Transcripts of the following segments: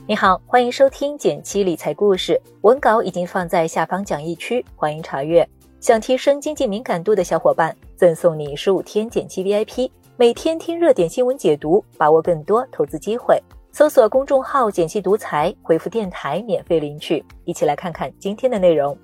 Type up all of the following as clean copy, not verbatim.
你好，欢迎收听简七理财故事，文稿已经放在下方讲义区，欢迎查阅。想提升经济敏感度的小伙伴，赠送你15天简七 VIP， 每天听热点新闻解读，把握更多投资机会。搜索公众号简七独裁，回复电台免费领取。一起来看看今天的内容。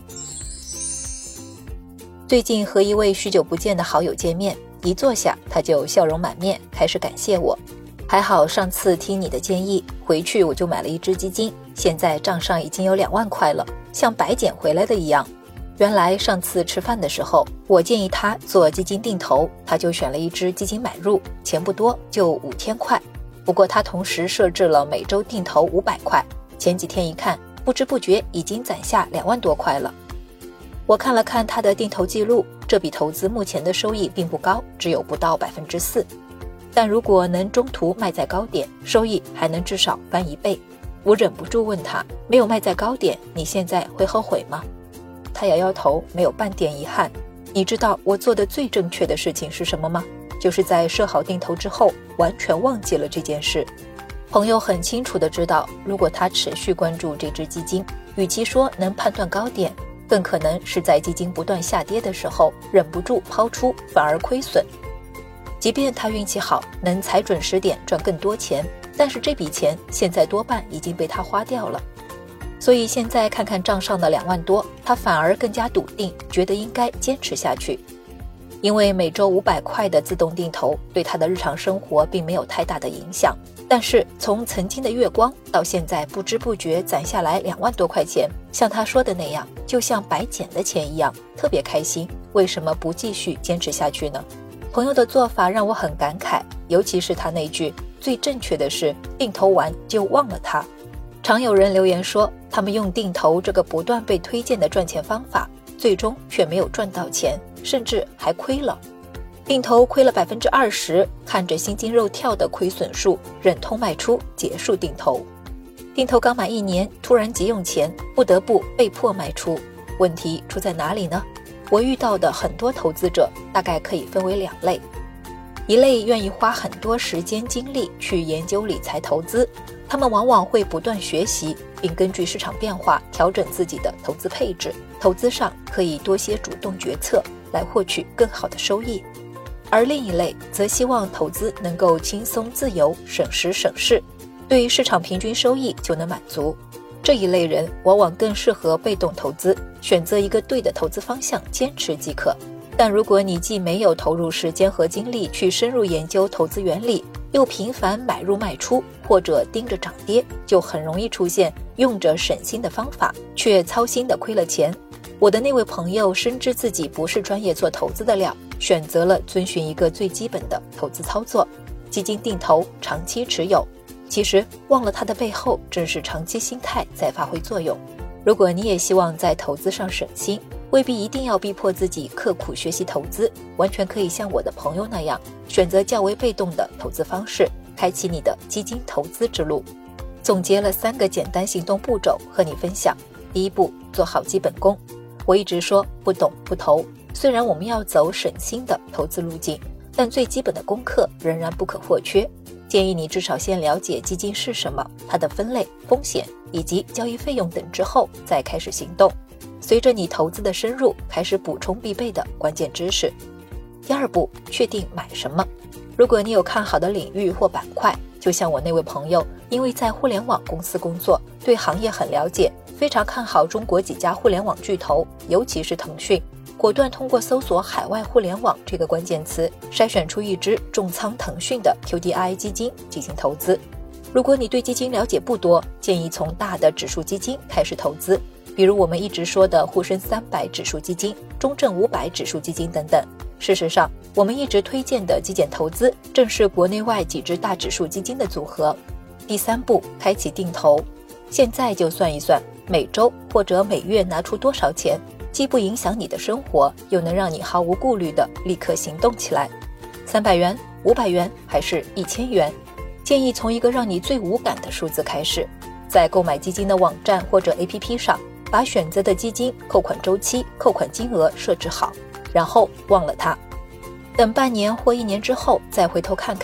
最近和一位许久不见的好友见面，一坐下他就笑容满面，开始感谢我。还好上次听你的建议，回去我就买了一只基金，现在账上已经有2万块了，像白捡回来的一样。原来上次吃饭的时候，我建议他做基金定投，他就选了一只基金买入，钱不多，就5000块。不过他同时设置了每周定投500块，前几天一看，不知不觉已经攒下2万多块了。我看了看他的定投记录，这笔投资目前的收益并不高，只有不到4%。但如果能中途卖在高点，收益还能至少翻1倍。我忍不住问他，没有卖在高点，你现在会后悔吗？他摇摇头，没有半点遗憾。你知道我做的最正确的事情是什么吗？就是在设好定投之后，完全忘记了这件事。朋友很清楚地知道，如果他持续关注这只基金，与其说能判断高点，更可能是在基金不断下跌的时候，忍不住抛出，反而亏损。即便他运气好，能踩准时点赚更多钱，但是这笔钱现在多半已经被他花掉了。所以现在看看账上的2万多，他反而更加笃定，觉得应该坚持下去。因为每周500块的自动定投对他的日常生活并没有太大的影响，但是从曾经的月光到现在不知不觉攒下来2万多块钱，像他说的那样，就像白捡的钱一样，特别开心。为什么不继续坚持下去呢？朋友的做法让我很感慨，尤其是他那句最正确的是定投完就忘了它。常有人留言说，他们用定投这个不断被推荐的赚钱方法，最终却没有赚到钱，甚至还亏了。定投亏了20%，看着心惊肉跳的亏损数，忍痛卖出，结束定投。定投刚满1年，突然急用钱，不得不被迫卖出。问题出在哪里呢？我遇到的很多投资者大概可以分为2类。一类愿意花很多时间精力去研究理财投资，他们往往会不断学习，并根据市场变化调整自己的投资配置，投资上可以多些主动决策，来获取更好的收益。而另一类则希望投资能够轻松自由，省时省事，对市场平均收益就能满足。这一类人往往更适合被动投资，选择一个对的投资方向，坚持即可。但如果你既没有投入时间和精力去深入研究投资原理，又频繁买入卖出，或者盯着涨跌，就很容易出现用着省心的方法，却操心的亏了钱。我的那位朋友深知自己不是专业做投资的料，选择了遵循一个最基本的投资操作，基金定投，长期持有。其实忘了它的背后，正是长期心态在发挥作用。如果你也希望在投资上省心，未必一定要逼迫自己刻苦学习投资，完全可以像我的朋友那样，选择较为被动的投资方式，开启你的基金投资之路。总结了3个简单行动步骤和你分享。第一步，做好基本功。我一直说不懂不投，虽然我们要走省心的投资路径，但最基本的功课仍然不可或缺。建议你至少先了解基金是什么，它的分类、风险以及交易费用等之后再开始行动。随着你投资的深入，开始补充必备的关键知识。第二步，确定买什么。如果你有看好的领域或板块，就像我那位朋友，因为在互联网公司工作，对行业很了解，非常看好中国几家互联网巨头，尤其是腾讯，果断通过搜索海外互联网这个关键词，筛选出一只重仓腾讯的 QDII 基金进行投资。如果你对基金了解不多，建议从大的指数基金开始投资，比如我们一直说的沪深300指数基金、中证500指数基金等等。事实上，我们一直推荐的极简投资，正是国内外几只大指数基金的组合。第3步，开启定投。现在就算一算，每周或者每月拿出多少钱，既不影响你的生活，又能让你毫无顾虑的立刻行动起来。300元、500元还是1000元？建议从一个让你最无感的数字开始，在购买基金的网站或者 APP 上，把选择的基金扣款周期、扣款金额设置好，然后忘了它。等半年或1年之后再回头看看，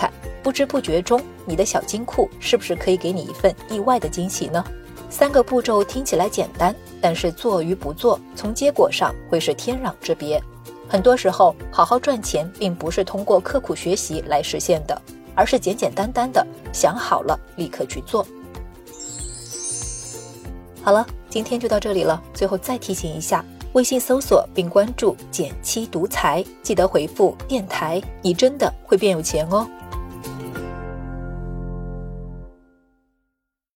不知不觉中，你的小金库是不是可以给你一份意外的惊喜呢？3个步骤听起来简单，但是做与不做，从结果上会是天壤之别。很多时候，好好赚钱并不是通过刻苦学习来实现的，而是简简单单的想好了立刻去做。好了，今天就到这里了。最后再提醒一下，微信搜索并关注减七独裁，记得回复电台，你真的会变有钱哦。